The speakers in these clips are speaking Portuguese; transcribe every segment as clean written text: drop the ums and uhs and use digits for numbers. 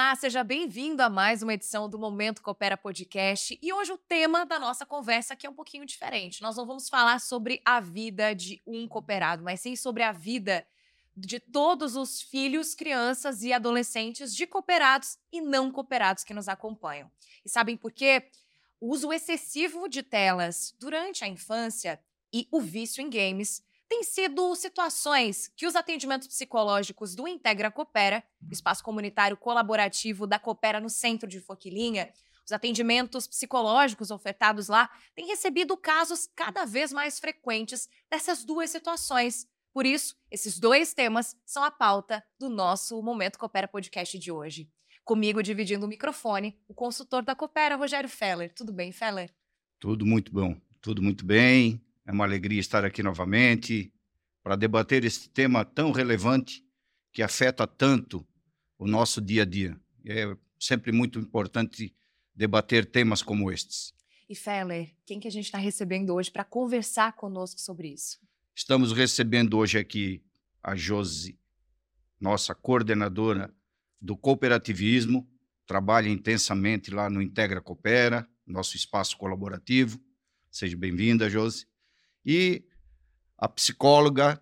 Olá, seja bem-vindo a mais uma edição do Momento Coopera Podcast. E hoje o tema da nossa conversa aqui é um pouquinho diferente. Nós não vamos falar sobre a vida de um cooperado, mas sim sobre a vida de todos os filhos, crianças e adolescentes de cooperados e não cooperados que nos acompanham. E sabem por quê? O uso excessivo de telas durante a infância e o vício em games têm sido situações que os atendimentos psicológicos do Integra Coopera, o espaço comunitário colaborativo da Coopera no centro de Forquilinha, os atendimentos psicológicos ofertados lá têm recebido casos cada vez mais frequentes dessas duas situações. Por isso, esses dois temas são a pauta do nosso Momento Coopera Podcast de hoje. Comigo, dividindo o microfone, o consultor da Coopera, Rogério Feller. Tudo bem, Feller? Tudo muito bom, tudo muito bem. É uma alegria estar aqui novamente para debater esse tema tão relevante que afeta tanto o nosso dia a dia. É sempre muito importante debater temas como estes. E Feller, quem que a gente está recebendo hoje para conversar conosco sobre isso? Estamos recebendo hoje aqui a Josi, nossa coordenadora do cooperativismo, trabalha intensamente lá no Integra Coopera, nosso espaço colaborativo. Seja bem-vinda, Josi. E a psicóloga,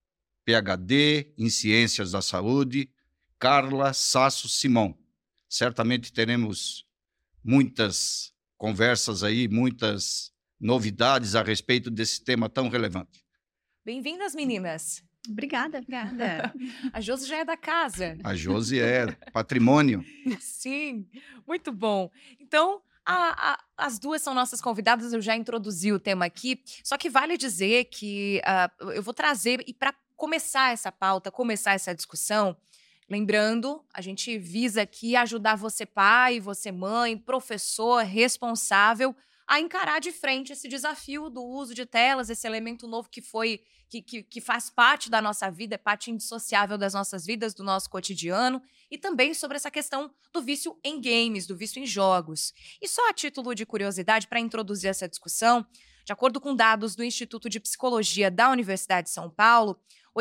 PhD em Ciências da Saúde, Carla Sasso Simão. Certamente teremos muitas conversas aí, muitas novidades a respeito desse tema tão relevante. Bem-vindas, meninas. Obrigada. A Josi já é da casa. A Josi é patrimônio. Sim, muito bom. Então, as duas são nossas convidadas, eu já introduzi o tema aqui, só que vale dizer que eu vou trazer, e para começar essa pauta, começar essa discussão, lembrando, a gente visa aqui ajudar você pai, você mãe, professor, responsável, a encarar de frente esse desafio do uso de telas, esse elemento novo que faz parte da nossa vida, é parte indissociável das nossas vidas, do nosso cotidiano, e também sobre essa questão do vício em games, do vício em jogos. E só a título de curiosidade, para introduzir essa discussão, de acordo com dados do Instituto de Psicologia da Universidade de São Paulo,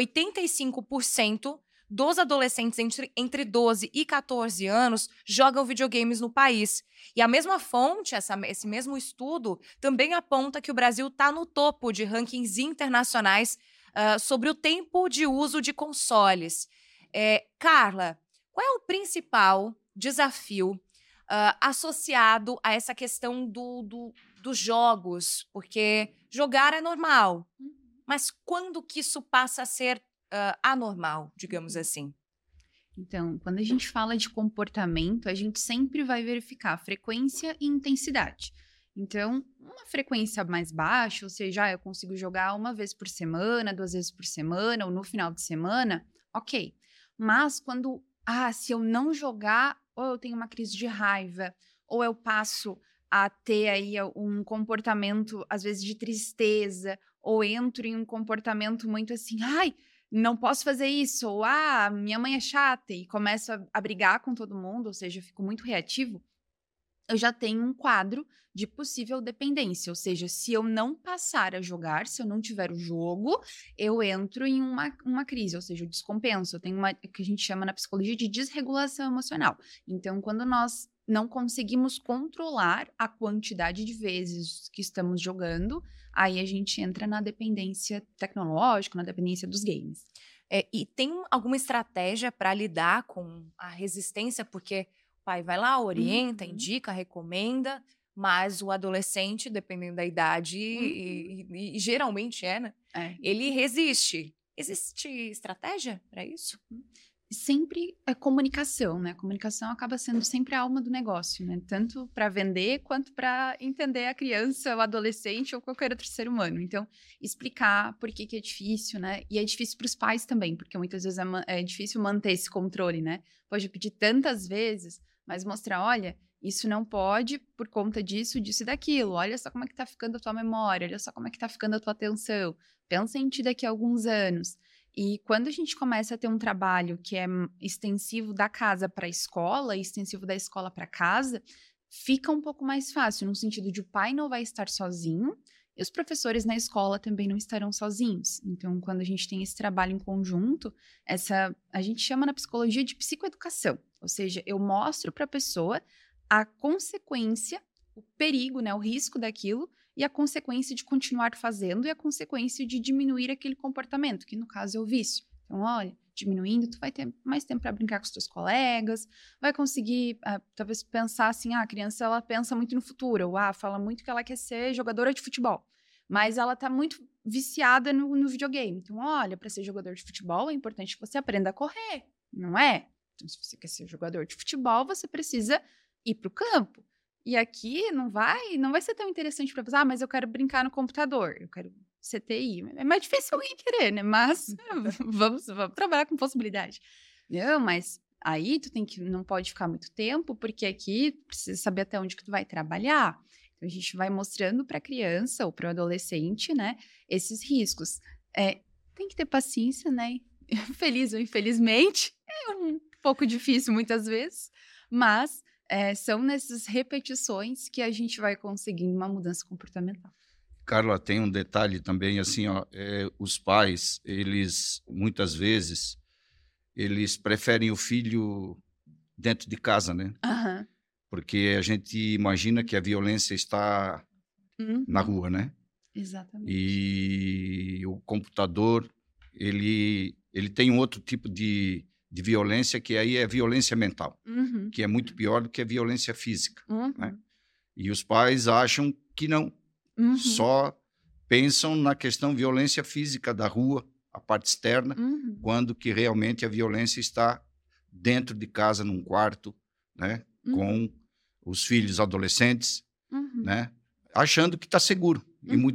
85% dos adolescentes entre 12 e 14 anos jogam videogames no país. E a mesma fonte, esse mesmo estudo, também aponta que o Brasil está no topo de rankings internacionais sobre o tempo de uso de consoles. Carla, qual é o principal desafio associado a essa questão dos jogos? Porque jogar é normal, mas quando que isso passa a ser anormal, digamos assim? Então, quando a gente fala de comportamento, a gente sempre vai verificar frequência e intensidade. Então, uma frequência mais baixa, ou seja, eu consigo jogar uma vez por semana, 2 vezes por semana, ou no final de semana, ok. Mas quando, se eu não jogar, ou eu tenho uma crise de raiva, ou eu passo a ter aí um comportamento, às vezes, de tristeza, ou entro em um comportamento muito assim, não posso fazer isso, ou minha mãe é chata, e começo a brigar com todo mundo, ou seja, eu fico muito reativo, eu já tenho um quadro de possível dependência, ou seja, se eu não passar a jogar, se eu não tiver o jogo, eu entro em uma crise, ou seja, eu descompenso, eu tenho o que a gente chama na psicologia de desregulação emocional. Então, quando nós não conseguimos controlar a quantidade de vezes que estamos jogando, aí a gente entra na dependência tecnológica, na dependência dos games. E tem alguma estratégia para lidar com a resistência? Porque o pai vai lá, orienta, indica, recomenda, mas o adolescente, dependendo da idade, e geralmente né? Ele resiste. Existe estratégia para isso? Sempre é comunicação, né? Comunicação acaba sendo sempre a alma do negócio, né? Tanto para vender quanto para entender a criança, o adolescente ou qualquer outro ser humano. Então, explicar por que é difícil, né? E é difícil para os pais também, porque muitas vezes é difícil manter esse controle, né? Pode pedir tantas vezes, mas mostrar, olha, isso não pode por conta disso, disso e daquilo. Olha só como é que tá ficando a tua memória, olha só como é que tá ficando a tua atenção. Pensa em ti daqui a alguns anos. E quando a gente começa a ter um trabalho que é extensivo da casa para a escola, extensivo da escola para casa, fica um pouco mais fácil, no sentido de o pai não vai estar sozinho E os professores na escola também não estarão sozinhos. Então, quando a gente tem esse trabalho em conjunto, a gente chama na psicologia de psicoeducação. Ou seja, eu mostro para a pessoa a consequência, o perigo, né, o risco daquilo, e a consequência de continuar fazendo e a consequência de diminuir aquele comportamento, que no caso é o vício. Então, olha, diminuindo, tu vai ter mais tempo para brincar com os teus colegas, vai conseguir, talvez, pensar assim, a criança, ela pensa muito no futuro, ou fala muito que ela quer ser jogadora de futebol, mas ela tá muito viciada no videogame. Então, olha, para ser jogador de futebol, é importante que você aprenda a correr, não é? Então, se você quer ser jogador de futebol, você precisa ir para o campo. E aqui não vai ser tão interessante para você, mas eu quero brincar no computador, eu quero CTI. É mais difícil alguém querer, né? Mas vamos trabalhar com possibilidade. Não, mas aí não pode ficar muito tempo, porque aqui precisa saber até onde que tu vai trabalhar. Então, a gente vai mostrando para a criança ou para o adolescente, né, esses riscos. Tem que ter paciência, né? Feliz ou infelizmente, é um pouco difícil muitas vezes, mas são nessas repetições que a gente vai conseguindo uma mudança comportamental. Carla, tem um detalhe também, assim, ó, os pais, eles, muitas vezes, eles preferem o filho dentro de casa, né? Aham. Porque a gente imagina que a violência está na rua, né? Exatamente. E o computador, ele tem um outro tipo de violência, que aí é violência mental, que é muito pior do que a violência física, né? E os pais acham que não. Só pensam na questão violência física da rua, a parte externa, quando que realmente a violência está dentro de casa, num quarto, né, com os filhos adolescentes, né, achando que está seguro.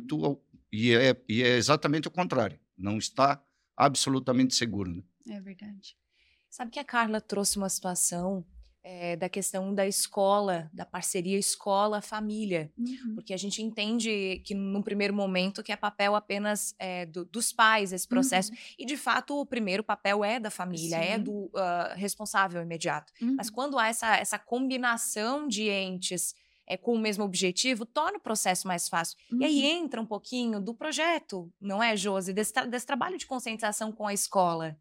E é exatamente o contrário. Não está absolutamente seguro, né? É verdade. Sabe que a Carla trouxe uma situação da questão da escola, da parceria escola-família, porque a gente entende que, num primeiro momento, que é papel apenas dos pais esse processo, e, de fato, o primeiro papel é da família, é do responsável imediato. Mas quando há essa combinação de entes com o mesmo objetivo, torna o processo mais fácil. E aí entra um pouquinho do projeto, não é, Josi? Desse trabalho de conscientização com a escola.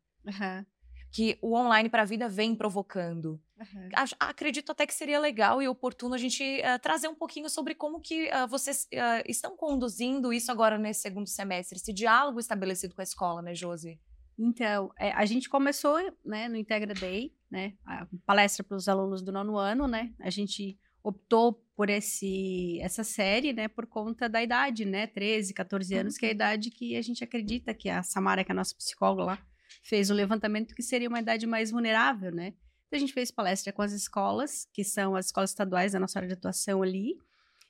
Que o online para a vida vem provocando. Acredito até que seria legal e oportuno a gente trazer um pouquinho sobre como que vocês estão conduzindo isso agora nesse segundo semestre, esse diálogo estabelecido com a escola, né, Josi? Então, a gente começou, né, no Integra Day, né, a palestra para os alunos do 9º ano, né, a gente optou por essa série, né, por conta da idade, né, 13, 14 anos, que é a idade que a gente acredita que a Samara, que é a nossa psicóloga lá, fez um levantamento que seria uma idade mais vulnerável, né? Então, a gente fez palestra com as escolas, que são as escolas estaduais da nossa área de atuação ali,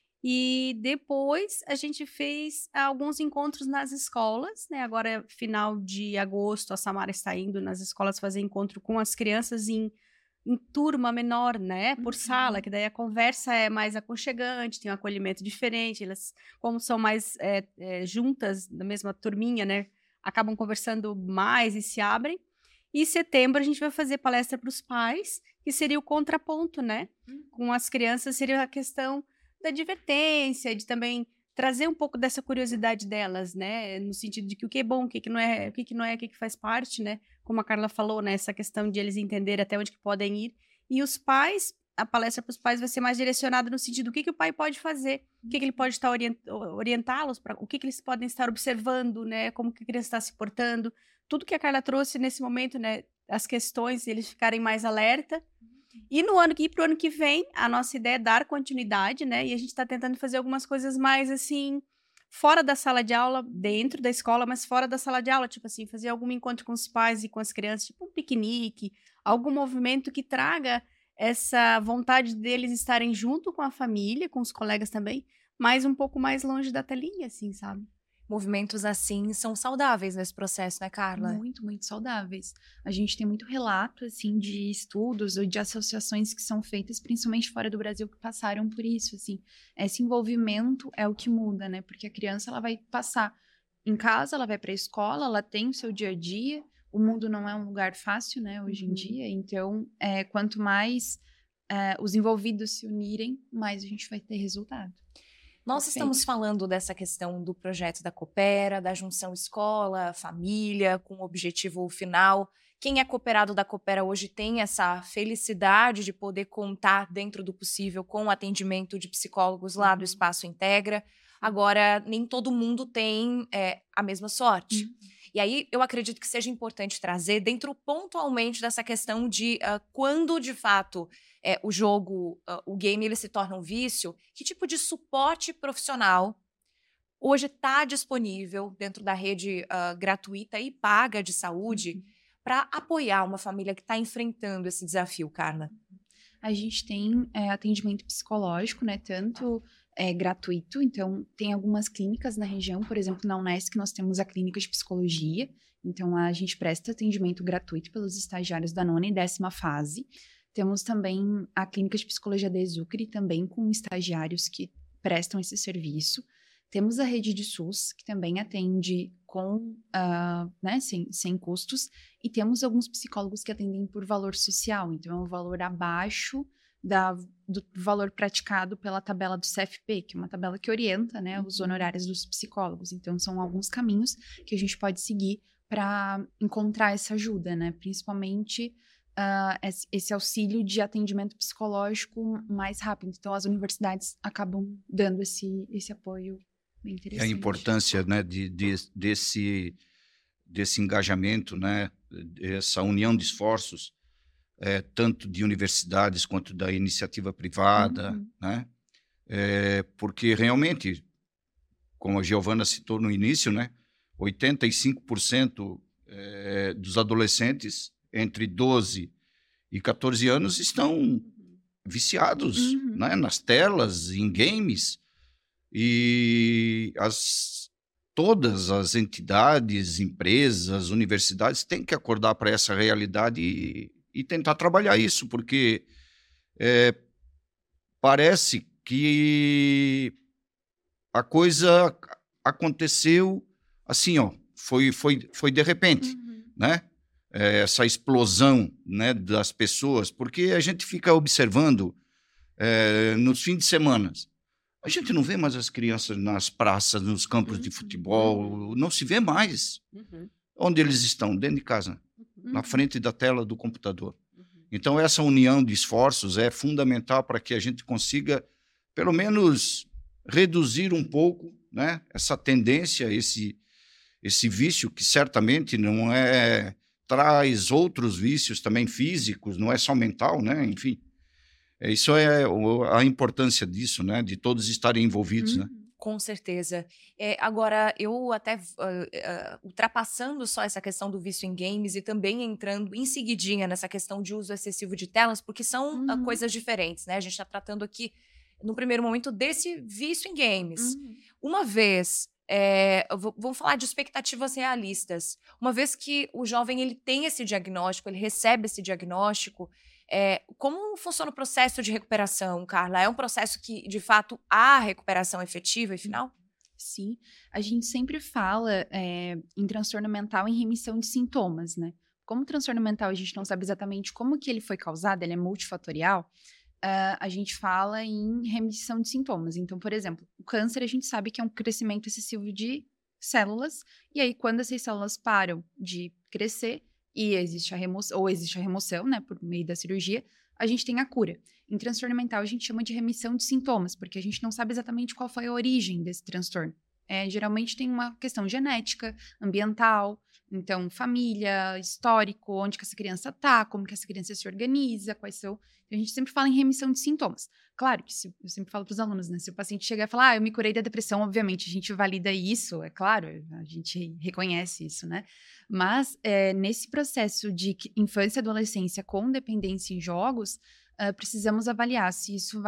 e depois a gente fez alguns encontros nas escolas, né? Agora, final de agosto, a Samara está indo nas escolas fazer encontro com as crianças em turma menor, né? Por sala, que daí a conversa é mais aconchegante, tem um acolhimento diferente, elas, como são mais juntas, da mesma turminha, né? Acabam conversando mais e se abrem. E em setembro a gente vai fazer palestra para os pais, que seria o contraponto, né? Com as crianças seria a questão da advertência, de também trazer um pouco dessa curiosidade delas, né? No sentido de que o que é bom, o que não é, o que faz parte, né? Como a Carla falou, né? Essa questão de eles entenderem até onde que podem ir. E os pais, a palestra para os pais vai ser mais direcionada no sentido do que o pai pode fazer, o que ele pode estar orientá-los, para o que eles podem estar observando, né? Como que a criança está se portando. Tudo que a Carla trouxe nesse momento, né? As questões, eles ficarem mais alerta. E pro ano que vem, a nossa ideia é dar continuidade, né? E a gente está tentando fazer algumas coisas mais, assim, fora da sala de aula, dentro da escola, mas fora da sala de aula. Tipo assim, fazer algum encontro com os pais e com as crianças, tipo um piquenique, algum movimento que traga essa vontade deles estarem junto com a família, com os colegas também, mas um pouco mais longe da telinha, assim, sabe? Movimentos assim são saudáveis nesse processo, né, Carla? Muito, muito saudáveis. A gente tem muito relato, assim, de estudos ou de associações que são feitas, principalmente fora do Brasil, que passaram por isso, assim. Esse envolvimento é o que muda, né? Porque a criança, ela vai passar em casa, ela vai para a escola, ela tem o seu dia a dia. O mundo não é um lugar fácil, né, hoje em dia. Então, quanto mais os envolvidos se unirem, mais a gente vai ter resultado. Nós Perfeito. estamos falando dessa questão do projeto da Coopera, da junção escola, família, com o objetivo final. Quem é cooperado da Coopera hoje tem essa felicidade de poder contar, dentro do possível, com o atendimento de psicólogos lá do Espaço Integra. Agora, nem todo mundo tem a mesma sorte. E aí, eu acredito que seja importante trazer, dentro pontualmente dessa questão de quando, de fato, o jogo, o game, ele se torna um vício, que tipo de suporte profissional hoje está disponível dentro da rede gratuita e paga de saúde para apoiar uma família que está enfrentando esse desafio, Carla? A gente tem atendimento psicológico, né? Tanto gratuito, então tem algumas clínicas na região, por exemplo, na Unesc nós temos a clínica de psicologia, então a gente presta atendimento gratuito pelos estagiários da 9ª e 10ª fase. Temos também a clínica de psicologia da Exucre, também com estagiários que prestam esse serviço. Temos a rede de SUS, que também atende sem custos, e temos alguns psicólogos que atendem por valor social, então é um valor abaixo do valor praticado pela tabela do CFP, que é uma tabela que orienta, né, os honorários dos psicólogos. Então, são alguns caminhos que a gente pode seguir para encontrar essa ajuda, né, principalmente esse auxílio de atendimento psicológico mais rápido. Então, as universidades acabam dando esse apoio bem interessante. A importância, né, desse engajamento, né, essa união de esforços, tanto de universidades quanto da iniciativa privada, né? Porque realmente, como a Giovana citou no início, né, 85% dos adolescentes entre 12 e 14 anos estão viciados, né, nas telas, em games, e todas as entidades, empresas, universidades têm que acordar para essa realidade e tentar trabalhar isso, porque parece que a coisa aconteceu assim, ó, foi de repente, né? Essa explosão, né, das pessoas, porque a gente fica observando nos fins de semana. A gente não vê mais as crianças nas praças, nos campos de futebol, não se vê mais. Onde eles estão? Dentro de casa, na frente da tela do computador. Então, essa união de esforços é fundamental para que a gente consiga, pelo menos, reduzir um pouco, né, essa tendência, esse vício que certamente não traz outros vícios também físicos, não é só mental, né? Enfim, isso é a importância disso, né? De todos estarem envolvidos, né? Com certeza. Agora, eu até ultrapassando só essa questão do vício em games e também entrando em seguidinha nessa questão de uso excessivo de telas, porque são coisas diferentes, né? A gente está tratando aqui, no primeiro momento, desse vício em games. Uma vez, vamos falar de expectativas realistas. Uma vez que o jovem ele tem esse diagnóstico, ele recebe esse diagnóstico, como funciona o processo de recuperação, Carla? É um processo que, de fato, há recuperação efetiva e final? Sim, a gente sempre fala em transtorno mental em remissão de sintomas, né? Como o transtorno mental a gente não sabe exatamente como que ele foi causado, ele é multifatorial, a gente fala em remissão de sintomas. Então, por exemplo, o câncer a gente sabe que é um crescimento excessivo de células, e aí quando essas células param de crescer, e existe a remoção, né, por meio da cirurgia, a gente tem a cura. Em transtorno mental, a gente chama de remissão de sintomas, porque a gente não sabe exatamente qual foi a origem desse transtorno. Geralmente tem uma questão genética, ambiental, então família, histórico, onde que essa criança está, como que essa criança se organiza, quais são... Então, a gente sempre fala em remissão de sintomas. Claro que eu sempre falo para os alunos, né? Se o paciente chegar e falar, eu me curei da depressão, obviamente a gente valida isso, é claro, a gente reconhece isso, né? Mas nesse processo de infância e adolescência com dependência em jogos, precisamos avaliar se isso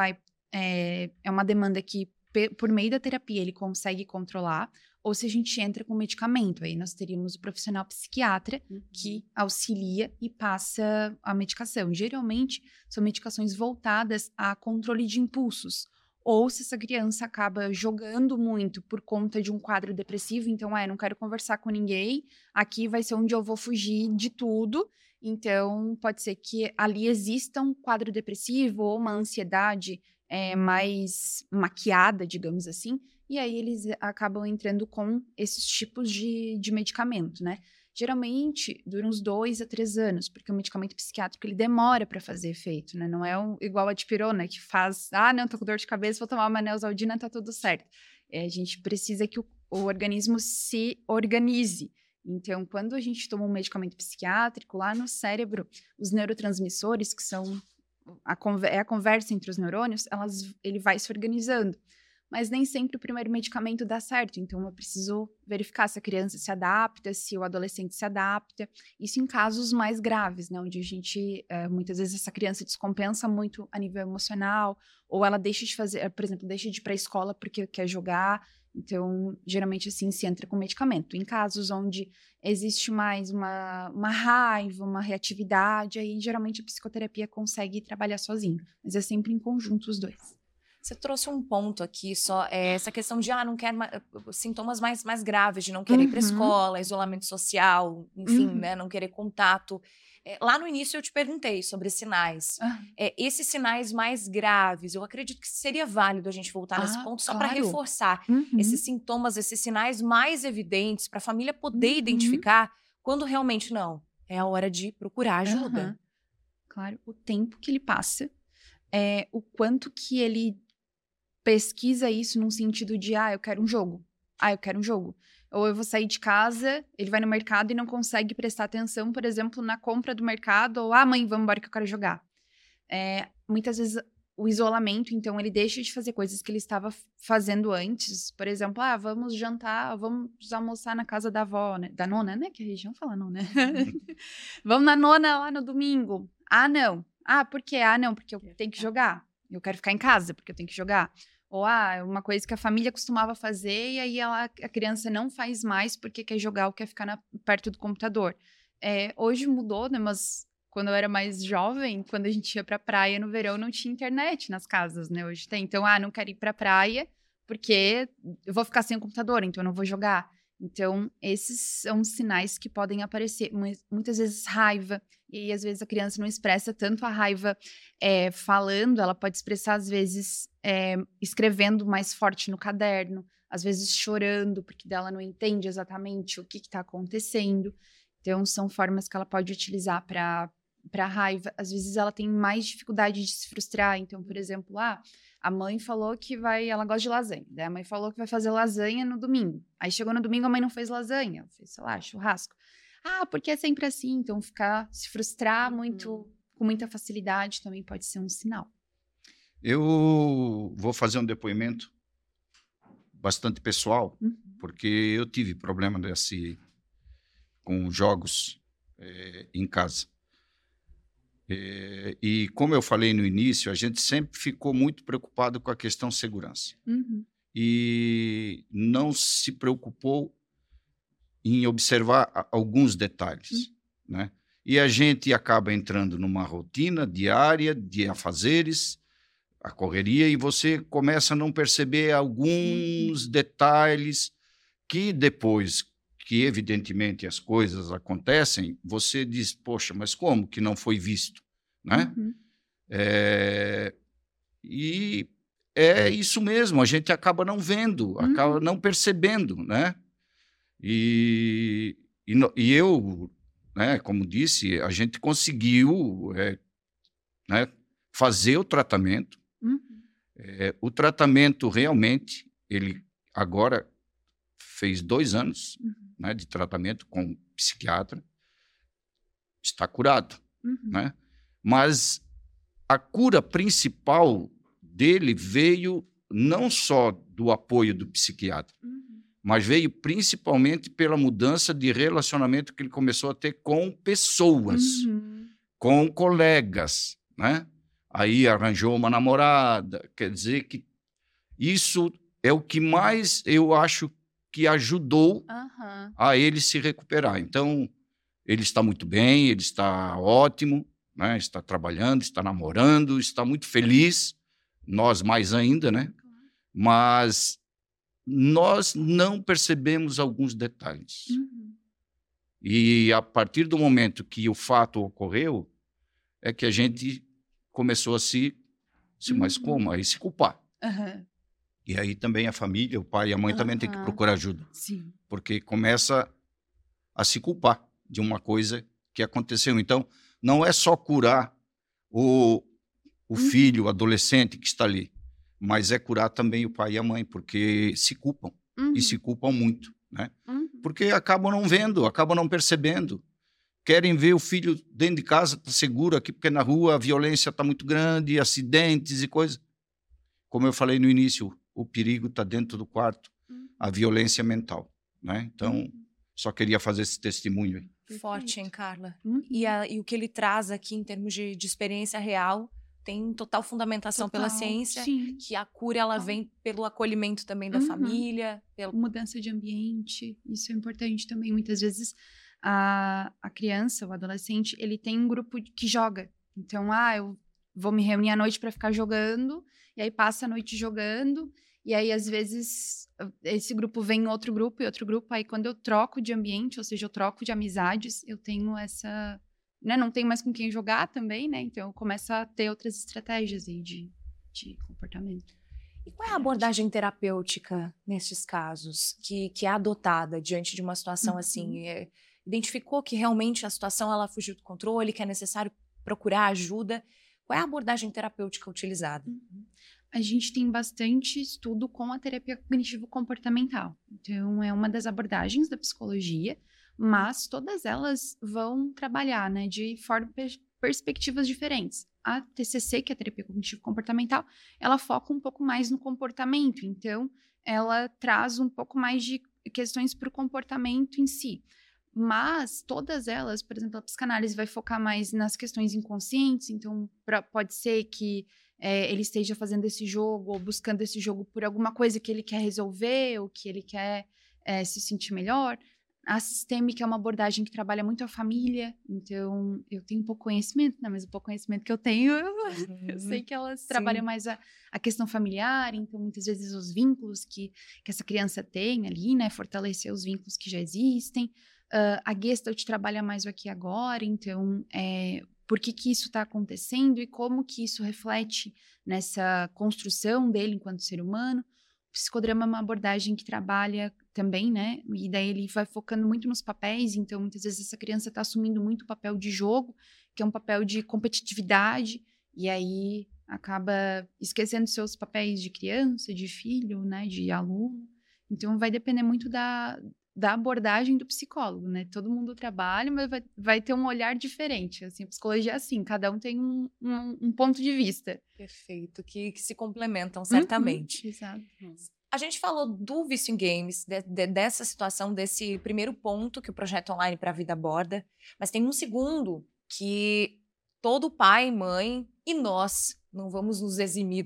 é uma demanda que, por meio da terapia, ele consegue controlar, ou se a gente entra com medicamento. Aí nós teríamos o profissional psiquiatra que auxilia e passa a medicação. Geralmente, são medicações voltadas a controle de impulsos. Ou se essa criança acaba jogando muito por conta de um quadro depressivo, então, não quero conversar com ninguém, aqui vai ser onde eu vou fugir de tudo. Então, pode ser que ali exista um quadro depressivo ou uma ansiedade mais maquiada, digamos assim, e aí eles acabam entrando com esses tipos de medicamento, né? Geralmente dura uns 2 a 3 anos, porque o medicamento psiquiátrico ele demora para fazer efeito, né? Não é igual a dipirona, que faz, não, tô com dor de cabeça, vou tomar uma Neosaldina, tá tudo certo. A gente precisa que o organismo se organize. Então, quando a gente toma um medicamento psiquiátrico, lá no cérebro, os neurotransmissores, que são a conversa entre os neurônios, ele vai se organizando. Mas nem sempre o primeiro medicamento dá certo. Então, eu preciso verificar se a criança se adapta, se o adolescente se adapta. Isso em casos mais graves, né? Onde a gente, muitas vezes, essa criança descompensa muito a nível emocional, ou ela deixa de fazer, por exemplo, deixa de ir para a escola porque quer jogar. Então, geralmente, assim, se entra com medicamento. Em casos onde existe mais uma raiva, uma reatividade, aí, geralmente, a psicoterapia consegue trabalhar sozinho. Mas é sempre em conjunto os dois. Você trouxe um ponto aqui só, essa questão de, não quero sintomas mais graves, de não querer ir para a escola, isolamento social, enfim, né, não querer contato. Lá no início eu te perguntei sobre sinais. Esses sinais mais graves, eu acredito que seria válido a gente voltar nesse ponto só para reforçar esses sintomas, esses sinais mais evidentes, para a família poder identificar quando realmente não, é a hora de procurar ajuda. Claro, o tempo que ele passa, o quanto que ele pesquisa isso num sentido de, eu quero um jogo. Eu quero um jogo. Ou eu vou sair de casa, ele vai no mercado e não consegue prestar atenção, por exemplo, na compra do mercado, ou, mãe, vamos embora que eu quero jogar. Muitas vezes o isolamento, então, ele deixa de fazer coisas que ele estava fazendo antes. Por exemplo, vamos jantar, vamos almoçar na casa da avó, né? Da nona, né? Que a região fala nona, né? Vamos na nona lá no domingo. Não. Por quê? Não, porque eu tenho que jogar. Eu quero ficar em casa, porque eu tenho que jogar. Ou, uma coisa que a família costumava fazer e aí a criança não faz mais porque quer jogar ou quer ficar perto do computador. Hoje mudou, né? Mas quando eu era mais jovem, quando a gente ia pra praia no verão, não tinha internet nas casas, né? Hoje tem. Então, não quero ir pra praia porque eu vou ficar sem o computador, então eu não vou jogar. Então, esses são sinais que podem aparecer. Muitas vezes raiva, e às vezes a criança não expressa tanto a raiva falando, ela pode expressar às vezes escrevendo mais forte no caderno, às vezes chorando, porque dela não entende exatamente o que está acontecendo. Então, são formas que ela pode utilizar para raiva. Às vezes ela tem mais dificuldade de se frustrar. Então, por exemplo, a mãe falou que ela gosta de lasanha. Daí a mãe falou que vai fazer lasanha no domingo. Aí chegou no domingo, a mãe não fez lasanha. Fez, sei lá, churrasco. Porque é sempre assim. Então, se frustrar muito, com muita facilidade, também pode ser um sinal. Eu vou fazer um depoimento bastante pessoal, porque eu tive problema com jogos em casa. E como eu falei no início, a gente sempre ficou muito preocupado com a questão segurança. E não se preocupou em observar alguns detalhes, né? E a gente acaba entrando numa rotina diária de afazeres, a correria, e você começa a não perceber alguns detalhes que depois que, evidentemente, as coisas acontecem, você diz, poxa, mas como que não foi visto? Né? E é isso mesmo, a gente acaba não vendo, acaba não percebendo, né? E eu, né, como disse, a gente conseguiu né, fazer o tratamento. O tratamento realmente, ele agora fez 2 anos né, de tratamento com psiquiatra, está curado, né? Mas a cura principal dele veio não só do apoio do psiquiatra, mas veio principalmente pela mudança de relacionamento que ele começou a ter com pessoas, com colegas, né? Aí arranjou uma namorada, quer dizer que isso é o que mais eu acho que ajudou a ele se recuperar. Então, ele está muito bem, ele está ótimo, né? Está trabalhando, está namorando, está muito feliz, nós mais ainda, né? Mas nós não percebemos alguns detalhes. E a partir do momento que o fato ocorreu, é que a gente começou a se Mas como? Aí se culpar. Aham. E aí também a família, o pai e a mãe também tem que Aham. procurar ajuda. Sim. Porque começa a se culpar de uma coisa que aconteceu. Então, não é só curar o filho, o adolescente que está ali, mas é curar também o pai e a mãe, porque se culpam, e se culpam muito, né? Porque acabam não vendo, acabam não percebendo. Querem ver o filho dentro de casa, tá seguro aqui, porque na rua a violência está muito grande, acidentes e coisas. Como eu falei no início, o perigo está dentro do quarto, a violência mental, né? Então, só queria fazer esse testemunho aí. Forte, hein, Carla? Uhum. E o que ele traz aqui em termos de experiência real tem total fundamentação pela Total, ciência, sim. que a cura ela vem pelo acolhimento também da Uhum. família, pelo Mudança de ambiente, isso é importante também. Muitas vezes a criança, o adolescente, ele tem um grupo que joga. Então, eu vou me reunir à noite para ficar jogando, e aí passa a noite jogando, e aí às vezes esse grupo vem em outro grupo e outro grupo, aí quando eu troco de ambiente, ou seja, eu troco de amizades, eu tenho essa, né, não tenho mais com quem jogar também, né? Então eu começo a ter outras estratégias aí de comportamento. E qual é a abordagem terapêutica nesses casos que é adotada diante de uma situação assim? Identificou que realmente a situação ela fugiu do controle, que é necessário procurar ajuda? Qual é a abordagem terapêutica utilizada? A gente tem bastante estudo com a terapia cognitivo-comportamental. Então, é uma das abordagens da psicologia, mas todas elas vão trabalhar, né, de perspectivas diferentes. A TCC, que é a terapia cognitivo-comportamental, ela foca um pouco mais no comportamento. Então, ela traz um pouco mais de questões para o comportamento em si. Mas todas elas, por exemplo, a psicanálise vai focar mais nas questões inconscientes. Então, pode ser que ele esteja fazendo esse jogo ou buscando esse jogo por alguma coisa que ele quer resolver ou que ele quer se sentir melhor. A sistêmica é uma abordagem que trabalha muito a família, então eu tenho um pouco conhecimento, né? Mas o pouco conhecimento que eu tenho, eu sei que elas trabalham mais a questão familiar, então muitas vezes os vínculos que essa criança tem ali, né? Fortalecer os vínculos que já existem. A Gestalt trabalha mais o aqui e agora, então por que isso está acontecendo e como que isso reflete nessa construção dele enquanto ser humano. O psicodrama é uma abordagem que trabalha também, né? E daí ele vai focando muito nos papéis, então muitas vezes essa criança está assumindo muito o papel de jogo, que é um papel de competitividade, e aí acaba esquecendo seus papéis de criança, de filho, né? De aluno. Então vai depender muito da abordagem do psicólogo, né? Todo mundo trabalha, mas vai ter um olhar diferente. Assim, a psicologia é assim, cada um tem um ponto de vista. Perfeito, que se complementam certamente. Exato. A gente falou do vício em games, dessa situação, desse primeiro ponto que o Projeto Online para a Vida aborda, mas tem um segundo que todo pai, mãe e nós não vamos nos eximir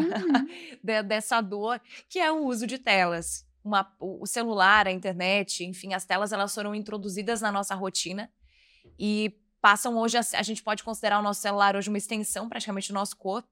dessa dor, que é o uso de telas. O celular, a internet, enfim, as telas elas foram introduzidas na nossa rotina e passam hoje, a gente pode considerar o nosso celular hoje uma extensão praticamente do nosso corpo.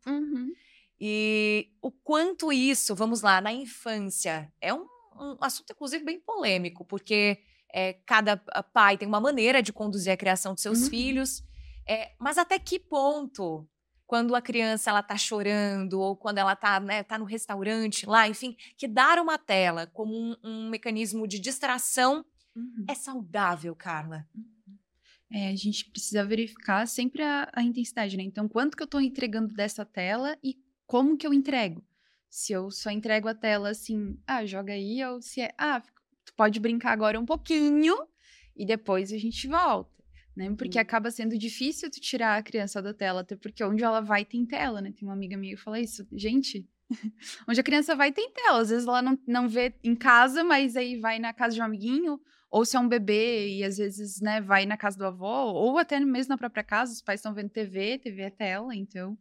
E o quanto isso, vamos lá, na infância, é um assunto inclusive bem polêmico, porque cada pai tem uma maneira de conduzir a criação de seus filhos, mas até que ponto, quando a criança ela tá chorando ou quando ela tá no restaurante lá, enfim, que dar uma tela como um mecanismo de distração é saudável, Carla? A gente precisa verificar sempre a intensidade, né? Então, quanto que eu tô entregando dessa tela e como que eu entrego? Se eu só entrego a tela assim, joga aí, ou se tu pode brincar agora um pouquinho e depois a gente volta. Né? Porque acaba sendo difícil tu tirar a criança da tela, até porque onde ela vai tem tela, né? Tem uma amiga minha que fala isso. Gente, onde a criança vai tem tela. Às vezes ela não vê em casa, mas aí vai na casa de um amiguinho, ou se é um bebê e às vezes, né, vai na casa do avô, ou até mesmo na própria casa, os pais estão vendo TV é tela, então...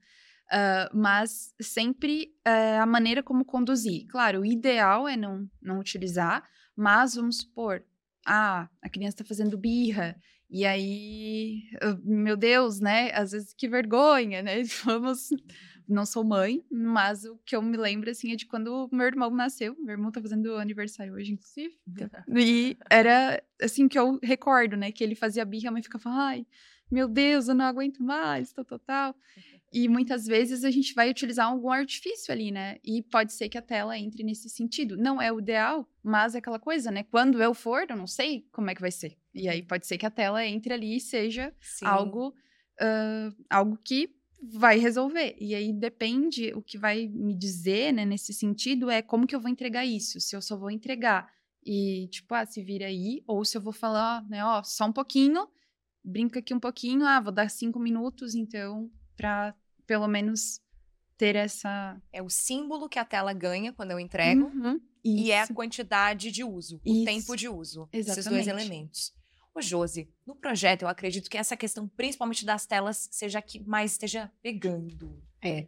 mas sempre a maneira como conduzir. Claro, o ideal é não utilizar, mas vamos supor, a criança está fazendo birra, e aí, meu Deus, né? Às vezes que vergonha, né? Não sou mãe, mas o que eu me lembro, assim, é de quando meu irmão nasceu. Meu irmão tá fazendo aniversário hoje, inclusive. E era, assim, que eu recordo, né? Que ele fazia birra, a mãe ficava, ai, meu Deus, eu não aguento mais, tal. E muitas vezes a gente vai utilizar algum artifício ali, né? E pode ser que a tela entre nesse sentido. Não é o ideal, mas é aquela coisa, né? Quando eu for, eu não sei como é que vai ser. E aí pode ser que a tela entre ali e seja Sim. algo que vai resolver. E aí depende, o que vai me dizer, né, nesse sentido, é como que eu vou entregar isso. Se eu só vou entregar e, tipo, se vira aí, ou se eu vou falar, né, ó, só um pouquinho, brinca aqui um pouquinho, vou dar 5 minutos, então, para pelo menos ter essa... É o símbolo que a tela ganha quando eu entrego Uhum, e é a isso. quantidade de uso, o Isso. tempo de uso. Esses dois Exatamente. elementos. Ô, Josi, no projeto eu acredito que essa questão, principalmente das telas, seja a que mais esteja pegando.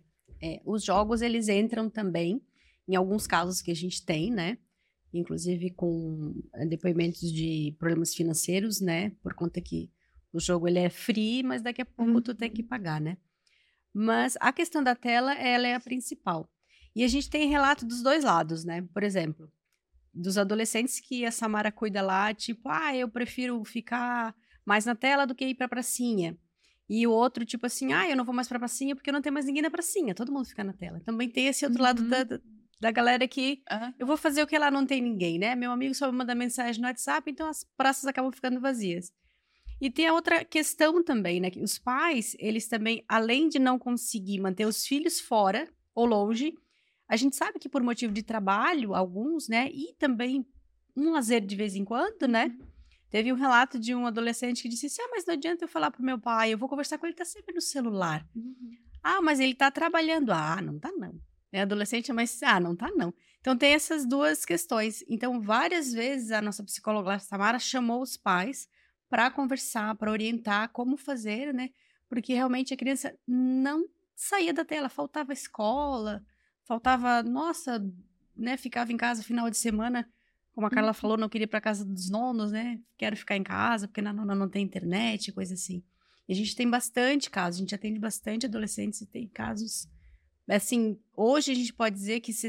Os jogos, eles entram também, em alguns casos que a gente tem, né? Inclusive com depoimentos de problemas financeiros, né? Por conta que o jogo, ele é free, mas daqui a pouco tu tem que pagar, né? Mas a questão da tela, ela é a principal. E a gente tem relato dos dois lados, né? Por exemplo, dos adolescentes que a Samara cuida lá, tipo, eu prefiro ficar mais na tela do que ir pra pracinha. E o outro, tipo assim, eu não vou mais pra pracinha porque não tem mais ninguém na pracinha, todo mundo fica na tela. Também tem esse outro lado da galera que eu vou fazer o que lá não tem ninguém, né? Meu amigo só me manda mensagem no WhatsApp, então as praças acabam ficando vazias. E tem a outra questão também, né? Que os pais, eles também, além de não conseguir manter os filhos fora ou longe, a gente sabe que por motivo de trabalho, alguns, né? E também um lazer de vez em quando, né? Teve um relato de um adolescente que disse assim, mas não adianta eu falar pro meu pai, eu vou conversar com ele, tá sempre no celular. Mas ele tá trabalhando. Não tá não. É adolescente, mas não tá não. Então tem essas duas questões. Então várias vezes a nossa psicóloga Samara chamou os pais para conversar, para orientar como fazer, né? Porque realmente a criança não saía da tela, faltava escola, faltava, né? Ficava em casa final de semana, como a Carla falou, não queria ir para casa dos nonos, né? Quero ficar em casa porque na nona não tem internet, coisa assim. E a gente tem bastante casos, a gente atende bastante adolescentes e tem casos, assim, hoje a gente pode dizer que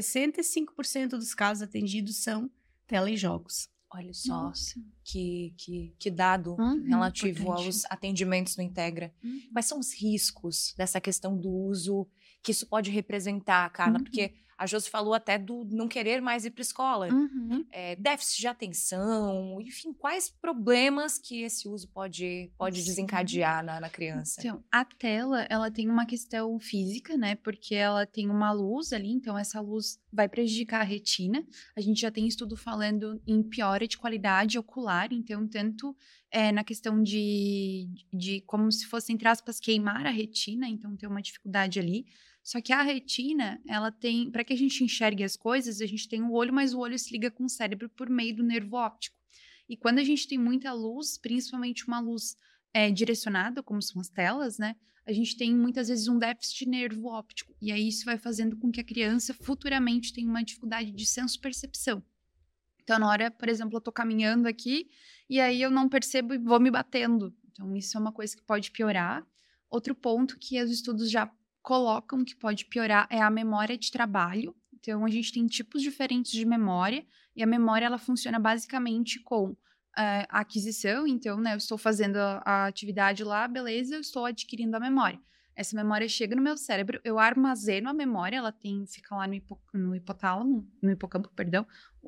65% dos casos atendidos são tela e jogos. Olha só, Nossa. que dado relativo importante. aos atendimentos no Integra. Quais são os riscos dessa questão do uso que isso pode representar, Carla? Porque a Josi falou até do não querer mais ir para a escola. Déficit de atenção, enfim, quais problemas que esse uso pode desencadear na criança? Então, a tela, ela tem uma questão física, né? Porque ela tem uma luz ali, então essa luz vai prejudicar a retina. A gente já tem estudo falando em piora de qualidade ocular, então tanto na questão de como se fosse, entre aspas, queimar a retina, então tem uma dificuldade ali. Só que a retina, ela tem, para que a gente enxergue as coisas, a gente tem o olho, mas o olho se liga com o cérebro por meio do nervo óptico. E quando a gente tem muita luz, principalmente uma luz direcionada, como são as telas, né? A gente tem muitas vezes um déficit de nervo óptico. E aí isso vai fazendo com que a criança futuramente tenha uma dificuldade de senso-percepção. Então, na hora, por exemplo, eu tô caminhando aqui e aí eu não percebo e vou me batendo. Então, isso é uma coisa que pode piorar. Outro ponto que os estudos já colocam que pode piorar é a memória de trabalho. Então, a gente tem tipos diferentes de memória e a memória, ela funciona basicamente com a aquisição. Então, né, eu estou fazendo a atividade lá, beleza, eu estou adquirindo a memória. Essa memória chega no meu cérebro, eu armazeno a memória, ela fica lá no hipocampo, perdão,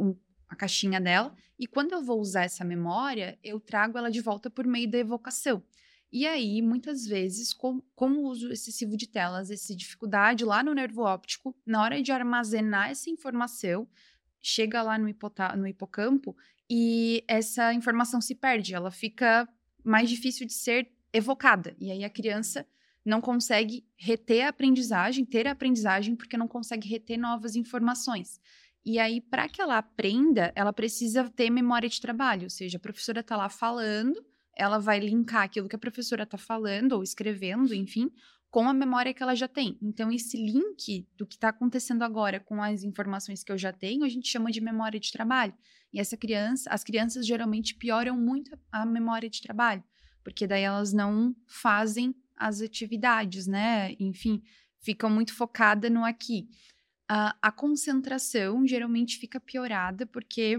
a caixinha dela, e quando eu vou usar essa memória, eu trago ela de volta por meio da evocação. E aí, muitas vezes, com o uso excessivo de telas, essa dificuldade lá no nervo óptico, na hora de armazenar essa informação, chega lá no hipocampo e essa informação se perde, ela fica mais difícil de ser evocada. E aí a criança não consegue ter a aprendizagem, porque não consegue reter novas informações. E aí, para que ela aprenda, ela precisa ter memória de trabalho, ou seja, a professora está lá falando, ela vai linkar aquilo que a professora está falando ou escrevendo, enfim, com a memória que ela já tem. Então, esse link do que está acontecendo agora com as informações que eu já tenho, a gente chama de memória de trabalho. E as crianças geralmente pioram muito a memória de trabalho, porque daí elas não fazem as atividades, né? Enfim, ficam muito focadas no aqui. A concentração geralmente fica piorada, porque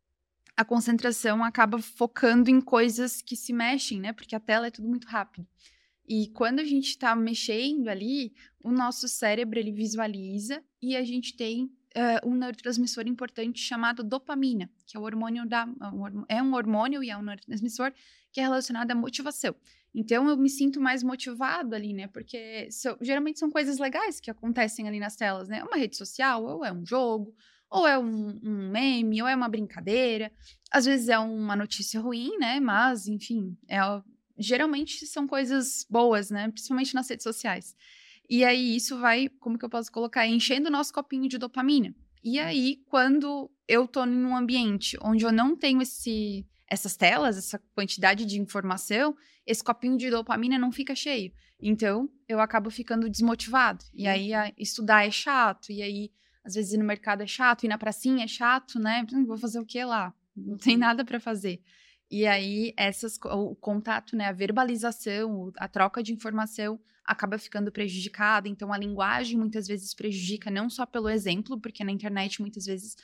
a concentração acaba focando em coisas que se mexem, né? Porque a tela é tudo muito rápido. E quando a gente está mexendo ali, o nosso cérebro ele visualiza e a gente tem um neurotransmissor importante chamado dopamina, que é o hormônio é um hormônio e é um neurotransmissor que é relacionado à motivação. Então, eu me sinto mais motivado ali, né? Porque geralmente são coisas legais que acontecem ali nas telas, né? É uma rede social, ou é um jogo, ou é um meme, ou é uma brincadeira. Às vezes é uma notícia ruim, né? Mas, enfim, geralmente são coisas boas, né? Principalmente nas redes sociais. E aí, isso vai, como que eu posso colocar? Enchendo o nosso copinho de dopamina. E aí, quando eu tô em um ambiente onde eu não tenho essas telas, essa quantidade de informação, esse copinho de dopamina não fica cheio. Então, eu acabo ficando desmotivado. E aí, estudar é chato. E aí, às vezes, ir no mercado é chato. Ir na pracinha é chato, né? Vou fazer o que lá? Não tem nada para fazer. E aí, o contato, né? A verbalização, a troca de informação acaba ficando prejudicada. Então, a linguagem muitas vezes prejudica, não só pelo exemplo, porque na internet muitas vezes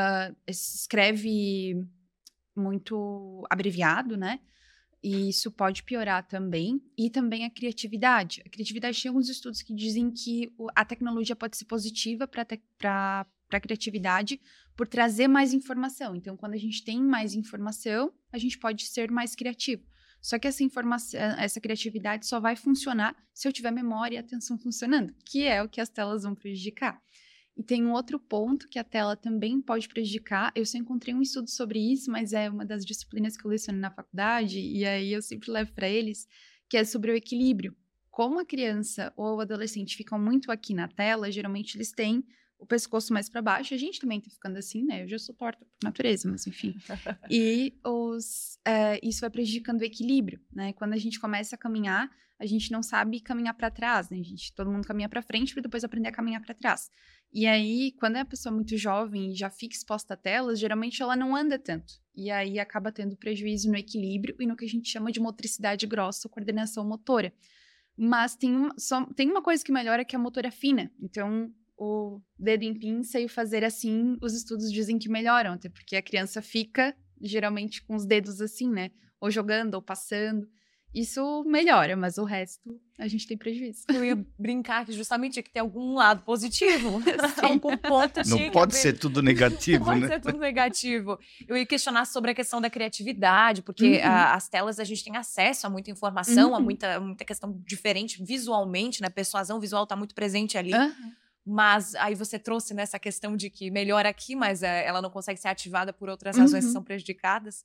escreve muito abreviado, né? E isso pode piorar também. E também a criatividade. A criatividade, tem alguns estudos que dizem que a tecnologia pode ser positiva para a criatividade por trazer mais informação. Então, quando a gente tem mais informação, a gente pode ser mais criativo. Só que essa criatividade só vai funcionar se eu tiver memória e atenção funcionando, que é o que as telas vão prejudicar. E tem um outro ponto que a tela também pode prejudicar. Eu só encontrei um estudo sobre isso, mas é uma das disciplinas que eu leciono na faculdade, e aí eu sempre levo para eles, que é sobre o equilíbrio. Como a criança ou o adolescente ficam muito aqui na tela, geralmente eles têm o pescoço mais para baixo. A gente também tá ficando assim, né? Eu já sou torta por natureza, mas enfim. E isso vai prejudicando o equilíbrio, né? Quando a gente começa a caminhar, a gente não sabe caminhar para trás, né? Todo mundo caminha para frente para depois aprender a caminhar para trás. E aí, quando é a pessoa muito jovem e já fica exposta a telas, geralmente ela não anda tanto. E aí acaba tendo prejuízo no equilíbrio e no que a gente chama de motricidade grossa ou coordenação motora. Mas tem uma coisa que melhora, que é a motora fina. Então, o dedo em pinça e o fazer assim, os estudos dizem que melhoram, até porque a criança fica geralmente com os dedos assim, né? Ou jogando, ou passando. Isso melhora, mas o resto a gente tem prejuízo. Eu ia brincar que justamente tinha que ter algum lado positivo. Algum ponto tinha Não pode ser tudo negativo, né? Não né? pode ser tudo negativo. Eu ia questionar sobre a questão da criatividade, porque as telas a gente tem acesso a muita informação, a muita questão diferente visualmente, né? A persuasão visual está muito presente ali. Mas aí você trouxe nessa questão de que melhora aqui, mas ela não consegue ser ativada por outras razões que são prejudicadas.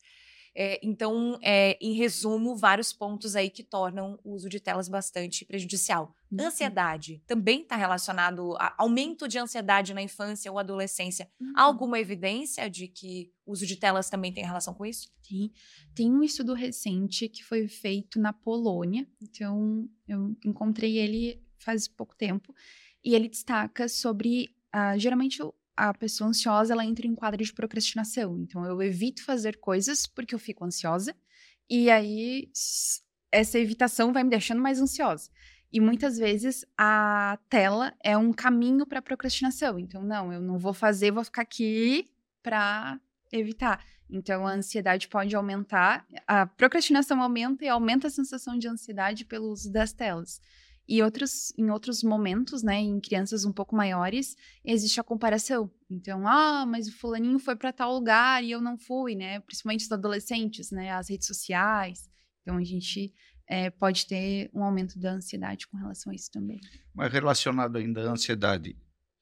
Então, em resumo, vários pontos aí que tornam o uso de telas bastante prejudicial. Ansiedade também está relacionado a aumento de ansiedade na infância ou adolescência. Há alguma evidência de que o uso de telas também tem relação com isso? Sim. Tem um estudo recente que foi feito na Polônia. Então, eu encontrei ele faz pouco tempo. E ele destaca sobre, geralmente, a pessoa ansiosa, ela entra em um quadro de procrastinação. Então, eu evito fazer coisas porque eu fico ansiosa. E aí, essa evitação vai me deixando mais ansiosa. E muitas vezes, a tela é um caminho para a procrastinação. Então, não, eu não vou fazer, vou ficar aqui para evitar. Então, a ansiedade pode aumentar. A procrastinação aumenta e aumenta a sensação de ansiedade pelo uso das telas. E em outros momentos, né, em crianças um pouco maiores, existe a comparação. Então, mas o fulaninho foi para tal lugar e eu não fui, né? Principalmente os adolescentes, né? As redes sociais. Então, a gente pode ter um aumento da ansiedade com relação a isso também. Mas relacionado ainda à ansiedade,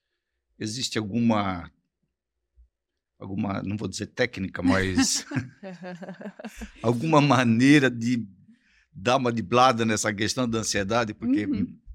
existe alguma, não vou dizer técnica, mas alguma maneira de dar uma driblada nessa questão da ansiedade? Porque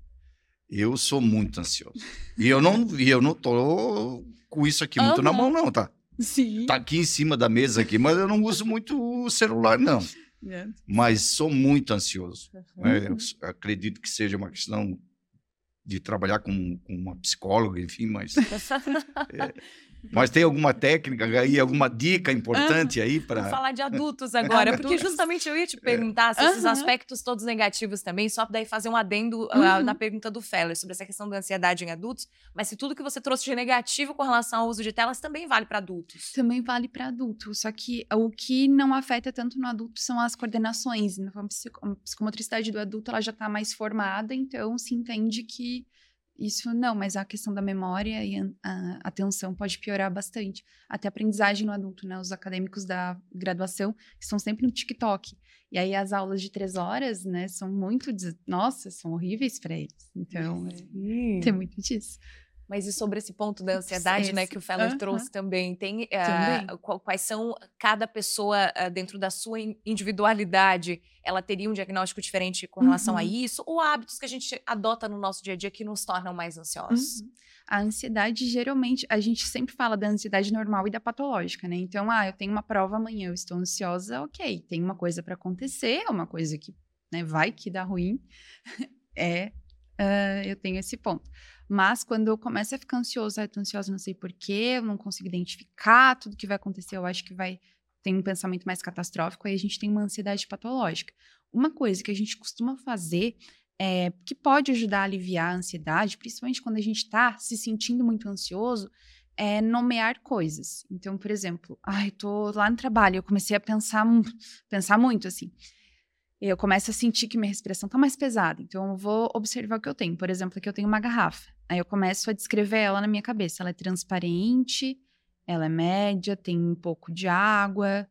eu sou muito ansioso. E eu não tô com isso aqui muito na mão, não, tá? Sim. Tá aqui em cima da mesa aqui, mas eu não uso muito o celular, não. Mas sou muito ansioso. Eu acredito que seja uma questão de trabalhar com uma psicóloga, enfim, mas... Mas tem alguma técnica aí, alguma dica importante aí Vamos para... falar de adultos agora, porque justamente eu ia te perguntar se esses aspectos todos negativos também, só daí fazer um adendo na pergunta do Feller sobre essa questão da ansiedade em adultos, mas se tudo que você trouxe de negativo com relação ao uso de telas também vale para adultos. Também vale para adultos, só que o que não afeta tanto no adulto são as coordenações. Então, a psicomotricidade do adulto ela já está mais formada, então se entende que isso não, mas a questão da memória e a atenção pode piorar bastante. Até a aprendizagem no adulto, né? Os acadêmicos da graduação estão sempre no TikTok. E aí as aulas de 3 horas, né, são muito... Nossa, são horríveis para eles. Então, tem muito disso. Mas e sobre esse ponto da ansiedade, né, que o Feller trouxe também? Tem quais são cada pessoa dentro da sua individualidade? Ela teria um diagnóstico diferente com relação a isso? Ou hábitos que a gente adota no nosso dia a dia que nos tornam mais ansiosos? A ansiedade, geralmente, a gente sempre fala da ansiedade normal e da patológica, né? Então, eu tenho uma prova amanhã, eu estou ansiosa, ok. Tem uma coisa para acontecer, é uma coisa que, né, vai que dá ruim. Eu tenho esse ponto. Mas quando eu começo a ficar ansiosa, eu tô ansiosa, não sei porquê, eu não consigo identificar tudo que vai acontecer, eu acho que tem um pensamento mais catastrófico, aí a gente tem uma ansiedade patológica. Uma coisa que a gente costuma fazer, que pode ajudar a aliviar a ansiedade, principalmente quando a gente está se sentindo muito ansioso, é nomear coisas. Então, por exemplo, tô lá no trabalho, eu comecei a pensar muito, assim. Eu começo a sentir que minha respiração tá mais pesada. Então, eu vou observar o que eu tenho. Por exemplo, aqui eu tenho uma garrafa. Aí eu começo a descrever ela na minha cabeça. Ela é transparente, ela é média, tem um pouco de água,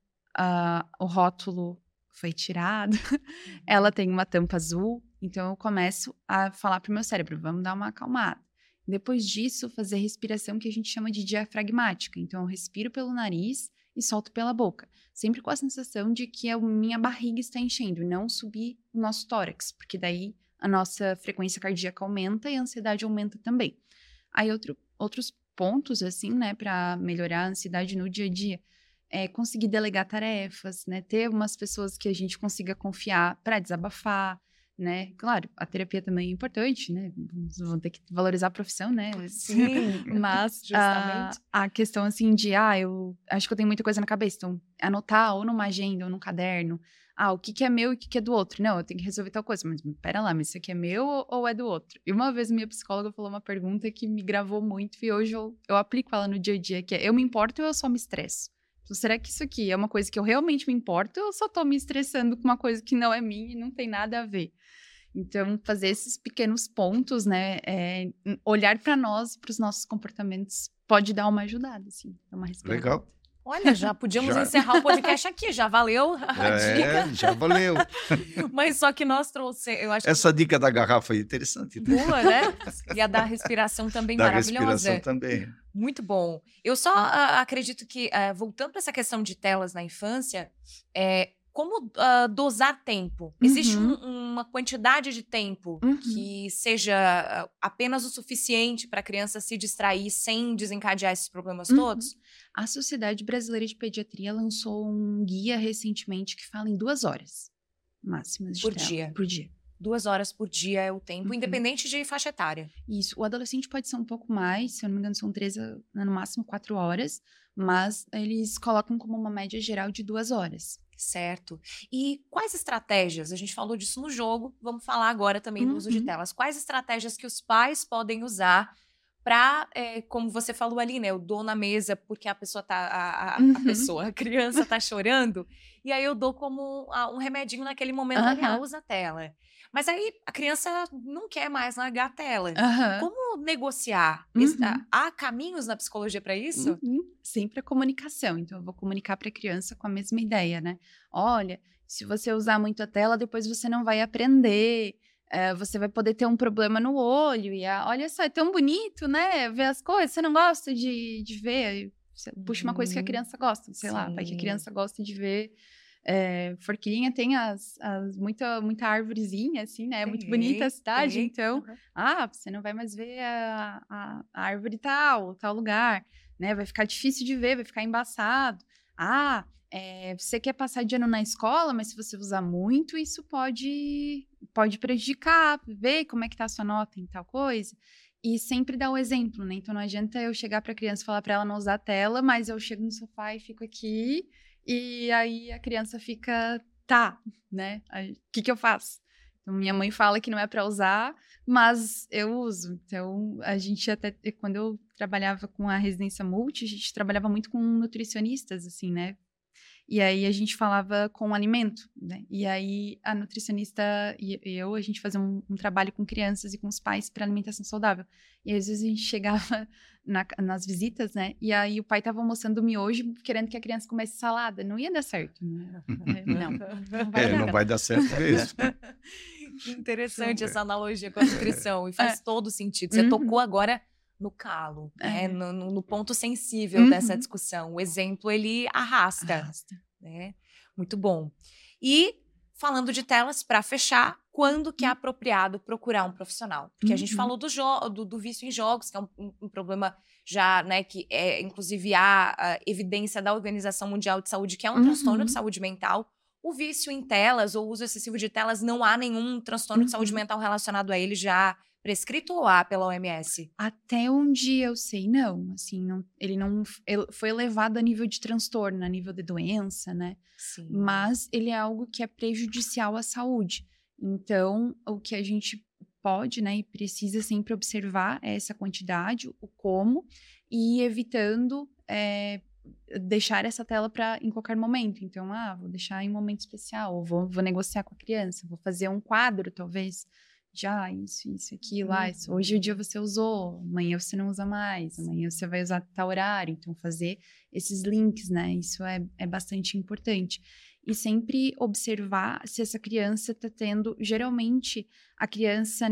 o rótulo foi tirado, ela tem uma tampa azul. Então, eu começo a falar pro meu cérebro, vamos dar uma acalmada. Depois disso, fazer respiração que a gente chama de diafragmática. Então, eu respiro pelo nariz e solto pela boca. Sempre com a sensação de que a minha barriga está enchendo, e não subir o nosso tórax, porque daí a nossa frequência cardíaca aumenta e a ansiedade aumenta também. Aí outros pontos, assim, né, para melhorar a ansiedade no dia a dia, é conseguir delegar tarefas, né, ter umas pessoas que a gente consiga confiar para desabafar, né? Claro, a terapia também é importante, né? Vão ter que valorizar a profissão, né? Sim, mas justamente. A questão, assim, de, eu acho que eu tenho muita coisa na cabeça, então, anotar ou numa agenda ou num caderno, o que é meu e o que é do outro. Não, eu tenho que resolver tal coisa, mas pera lá, mas isso aqui é meu ou é do outro? E uma vez minha psicóloga falou uma pergunta que me gravou muito e hoje eu aplico ela no dia a dia, que é, eu me importo ou eu só me estresso? Então, será que isso aqui é uma coisa que eu realmente me importo ou eu só tô me estressando com uma coisa que não é minha e não tem nada a ver? Então, fazer esses pequenos pontos, né, olhar para nós e para os nossos comportamentos pode dar uma ajudada, assim, uma respirada. Legal. Olha, já podíamos encerrar o podcast aqui, já valeu a dica. Já valeu. Mas só que nós trouxemos, eu acho Essa dica da garrafa é interessante. boa, né? E a da respiração também maravilhosa. Da respiração também. Muito bom. Eu só acredito que, voltando para essa questão de telas na infância, como dosar tempo? Existe uma quantidade de tempo que seja apenas o suficiente para a criança se distrair sem desencadear esses problemas todos? A Sociedade Brasileira de Pediatria lançou um guia recentemente que fala em 2 horas máximas de tela. Por dia. 2 horas por dia é o tempo, independente de faixa etária. Isso. O adolescente pode ser um pouco mais, se eu não me engano, são 3, no máximo 4 horas, mas eles colocam como uma média geral de 2 horas. Certo. E quais estratégias? A gente falou disso no jogo, vamos falar agora também do uso de telas. Quais estratégias que os pais podem usar para, como você falou ali, né? Eu dou na mesa porque a pessoa tá, a criança tá chorando, e aí eu dou como um remedinho naquele momento, usa a tela. Mas aí a criança não quer mais largar a tela. Como negociar? Há caminhos na psicologia para isso? Sempre a comunicação. Então, eu vou comunicar para a criança com a mesma ideia, né? Olha, se você usar muito a tela, depois você não vai aprender. Você vai poder ter um problema no olho. E olha só, é tão bonito, né? Ver as coisas. Você não gosta de ver? Você puxa uma coisa que a criança gosta. Sei lá, vai que a criança gosta de ver... Forquilhinha tem muita árvorezinha, assim, né? É muito bonita a cidade, então... você não vai mais ver a árvore tal lugar, né? Vai ficar difícil de ver, vai ficar embaçado. Você quer passar de ano na escola, mas se você usar muito, isso pode prejudicar, ver como é que tá a sua nota em tal coisa. E sempre dar o exemplo, né? Então não adianta eu chegar para a criança e falar para ela não usar a tela, mas eu chego no sofá e fico aqui, e aí a criança fica, tá, né? O que eu faço? Então, minha mãe fala que não é para usar, mas eu uso. Então, a gente até, quando eu trabalhava com a residência multi, a gente trabalhava muito com nutricionistas, assim, né? E aí a gente falava com alimento, né? E aí a nutricionista e eu, a gente fazia um trabalho com crianças e com os pais para alimentação saudável. E às vezes a gente chegava nas visitas, né? E aí o pai tava almoçando miojo querendo que a criança comesse salada. Não ia dar certo, né? Não vai dar. Não vai dar certo mesmo. Que interessante essa analogia com a nutrição. E faz todo sentido. Você tocou agora no calo, né? No ponto sensível dessa discussão. O exemplo, ele arrasta. Né? Muito bom. E, falando de telas, para fechar, quando que é apropriado procurar um profissional? Porque a gente falou do vício em jogos, que é um problema já, né, que é, inclusive, há evidência da Organização Mundial de Saúde, que é um transtorno de saúde mental. O vício em telas ou uso excessivo de telas, não há nenhum transtorno de saúde mental relacionado a ele já prescrito ou há pela OMS? Até onde eu sei, não. Assim, ele não foi elevado a nível de transtorno, a nível de doença, né? Sim. Mas ele é algo que é prejudicial à saúde. Então, o que a gente pode, né, e precisa sempre observar é essa quantidade, o como, e evitando deixar essa tela em qualquer momento. Então, vou deixar em um momento especial, ou vou negociar com a criança, vou fazer um quadro, talvez, já, isso, aquilo, hoje o dia você usou, amanhã você não usa mais, amanhã você vai usar tal horário, então fazer esses links, né, isso é bastante importante. E sempre observar se essa criança está tendo, geralmente a criança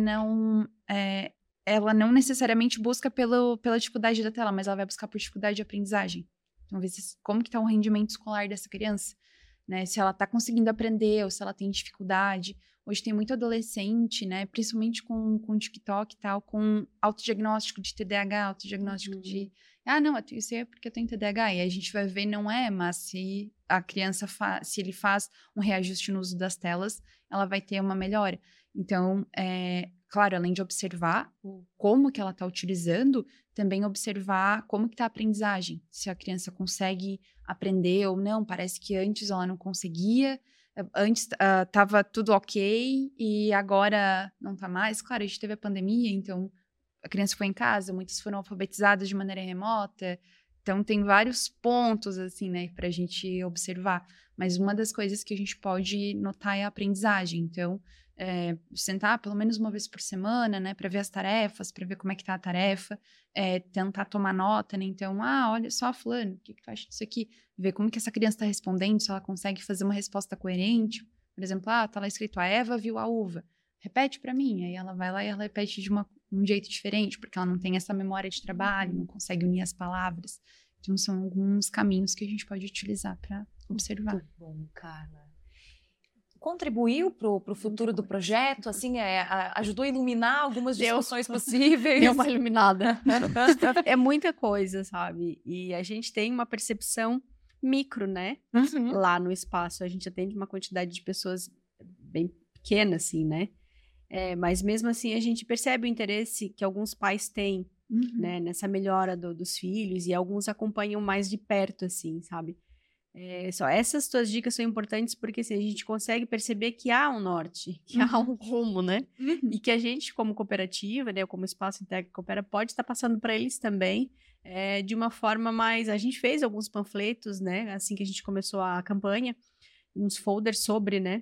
ela não necessariamente busca pela dificuldade da tela, mas ela vai buscar por dificuldade de aprendizagem. Então, ver como que está o rendimento escolar dessa criança, né, se ela está conseguindo aprender ou se ela tem dificuldade. Hoje tem muito adolescente, né, principalmente com TikTok e tal, com autodiagnóstico de TDAH, autodiagnóstico de... não, isso é porque eu tenho TDAH. E aí a gente vai ver, não é, mas se a criança se ele faz um reajuste no uso das telas, ela vai ter uma melhora. Então, claro, além de observar como que ela está utilizando, também observar como que está a aprendizagem. Se a criança consegue aprender ou não. Parece que antes ela não conseguia, antes estava tudo ok e agora não está mais. Claro, a gente teve a pandemia, então a criança foi em casa, muitas foram alfabetizadas de maneira remota. Então, tem vários pontos, assim, né, para a gente observar. Mas uma das coisas que a gente pode notar é a aprendizagem. Então, sentar pelo menos uma vez por semana, né, para ver as tarefas, para ver como é que tá a tarefa, tentar tomar nota, né, então, olha só, fulano, o que tu acha disso aqui? Ver como que essa criança está respondendo, se ela consegue fazer uma resposta coerente. Por exemplo, tá lá escrito, a Eva viu a uva. Repete para mim. Aí ela vai lá e ela repete de um jeito diferente, porque ela não tem essa memória de trabalho, não consegue unir as palavras. Então, são alguns caminhos que a gente pode utilizar para observar. Muito bom, Carla. Contribuiu para o futuro do projeto? Assim, ajudou a iluminar algumas discussões possíveis? Deu uma iluminada. É muita coisa, sabe? E a gente tem uma percepção micro, né? Lá no espaço. A gente atende uma quantidade de pessoas bem pequena, assim, né? Mas mesmo assim, a gente percebe o interesse que alguns pais têm, né? Nessa melhora dos filhos, e alguns acompanham mais de perto, assim, sabe? Só essas tuas dicas são importantes porque assim, a gente consegue perceber que há um norte, que há um rumo, né? E que a gente, como cooperativa, né, como Espaço Integra Coopera, pode estar passando para eles também de uma forma mais... A gente fez alguns panfletos, né, assim que a gente começou a campanha, uns folders sobre, né,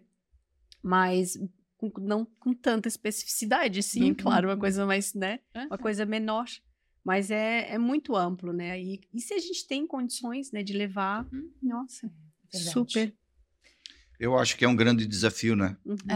mas não com tanta especificidade, sim, claro, uma coisa mais, né, uma coisa menor. Mas é muito amplo, né? E se a gente tem condições, né, de levar, nossa, super. Eu acho que é um grande desafio, né?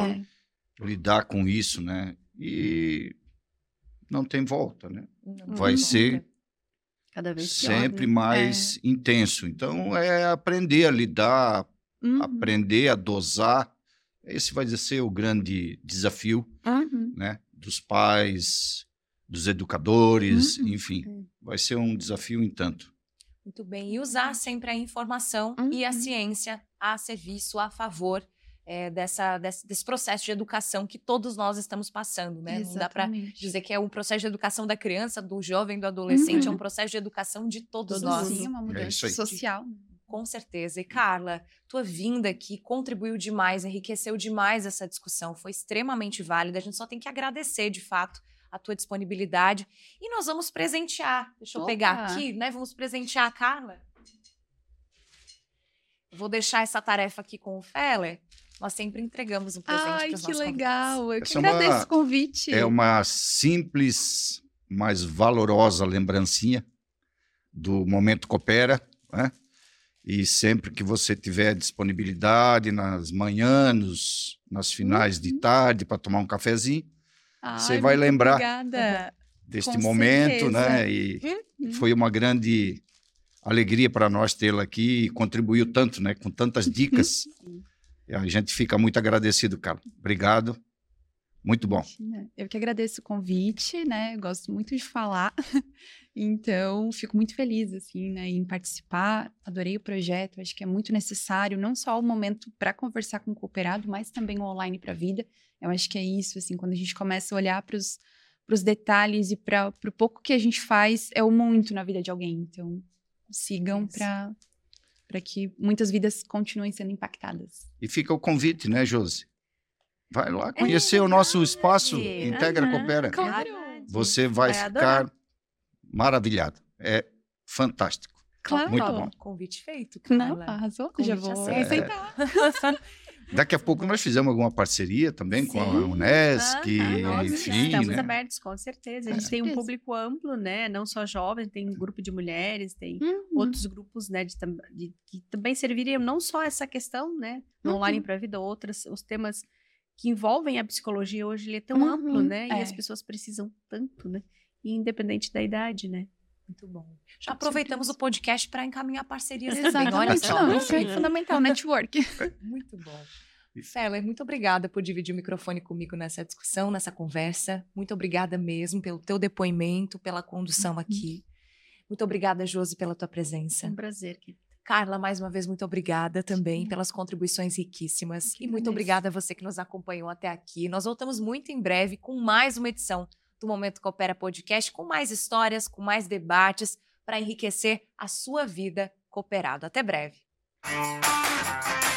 Lidar com isso, né? E não tem volta, né? Vai ser cada vez sempre mais intenso. Então, é aprender a lidar, aprender a dosar. Esse vai ser o grande desafio, né? Dos pais, dos educadores, enfim, vai ser um desafio em tanto. Muito bem, e usar sempre a informação e a ciência a serviço, a favor desse processo de educação que todos nós estamos passando, né? Não dá para dizer que é um processo de educação da criança, do jovem, do adolescente, é um processo de educação de todos nós. Sim, uma mudança social. Com certeza. E, Carla, tua vinda aqui contribuiu demais, enriqueceu demais essa discussão, foi extremamente válida. A gente só tem que agradecer, de fato, a tua disponibilidade. E nós vamos presentear. Deixa eu pegar aqui, né? Vamos presentear a Carla. Vou deixar essa tarefa aqui com o Feller. Nós sempre entregamos um presente para os nossos convidados. Ai, que legal! Eu que agradeço o convite. É uma simples, mas valorosa lembrancinha do Momento Coopera, né? E sempre que você tiver disponibilidade nas manhãs, nas finais de tarde, para tomar um cafezinho, você vai lembrar deste momento, né? E foi uma grande alegria para nós tê-la aqui e contribuiu tanto, né? Com tantas dicas. E a gente fica muito agradecido, Carla. Obrigado. Muito bom. Eu que agradeço o convite, né? Eu gosto muito de falar. Então, fico muito feliz, assim, né, em participar. Adorei o projeto. Acho que é muito necessário, não só o momento para conversar com o cooperado, mas também o online para a vida. Eu acho que é isso, assim, quando a gente começa a olhar para os detalhes e para o pouco que a gente faz, é o muito na vida de alguém. Então, sigam para que muitas vidas continuem sendo impactadas. E fica o convite, né, Josi? Vai lá conhecer o nosso espaço Integra Coopera. Claro. Você vai ficar maravilhado. É fantástico. Claro. Muito bom. Convite feito, Carla. Não, arrasou. Convite Já vou aceitar. Daqui a pouco nós fizemos alguma parceria também com a Unesc, enfim, estamos né? abertos, com certeza. A gente tem um público amplo, né? Não só jovens, tem um grupo de mulheres, tem outros grupos, né? Que também serviriam não só essa questão, né? No online para a vida, os temas que envolvem a psicologia hoje, ele é tão amplo, né? E as pessoas precisam tanto, né? Independente da idade, né? Muito bom. Já aproveitamos o podcast para encaminhar parcerias também. Olha só. Não, isso é fundamental, network. Muito bom. Feller, muito obrigada por dividir o microfone comigo nessa discussão, nessa conversa. Muito obrigada mesmo pelo teu depoimento, pela condução aqui. Muito obrigada, Josi, pela tua presença. É um prazer, querida. Carla, mais uma vez, muito obrigada também pelas contribuições riquíssimas. E muito obrigada a você que nos acompanhou até aqui. Nós voltamos muito em breve com mais uma edição do Momento Coopera Podcast, com mais histórias, com mais debates, para enriquecer a sua vida cooperado. Até breve.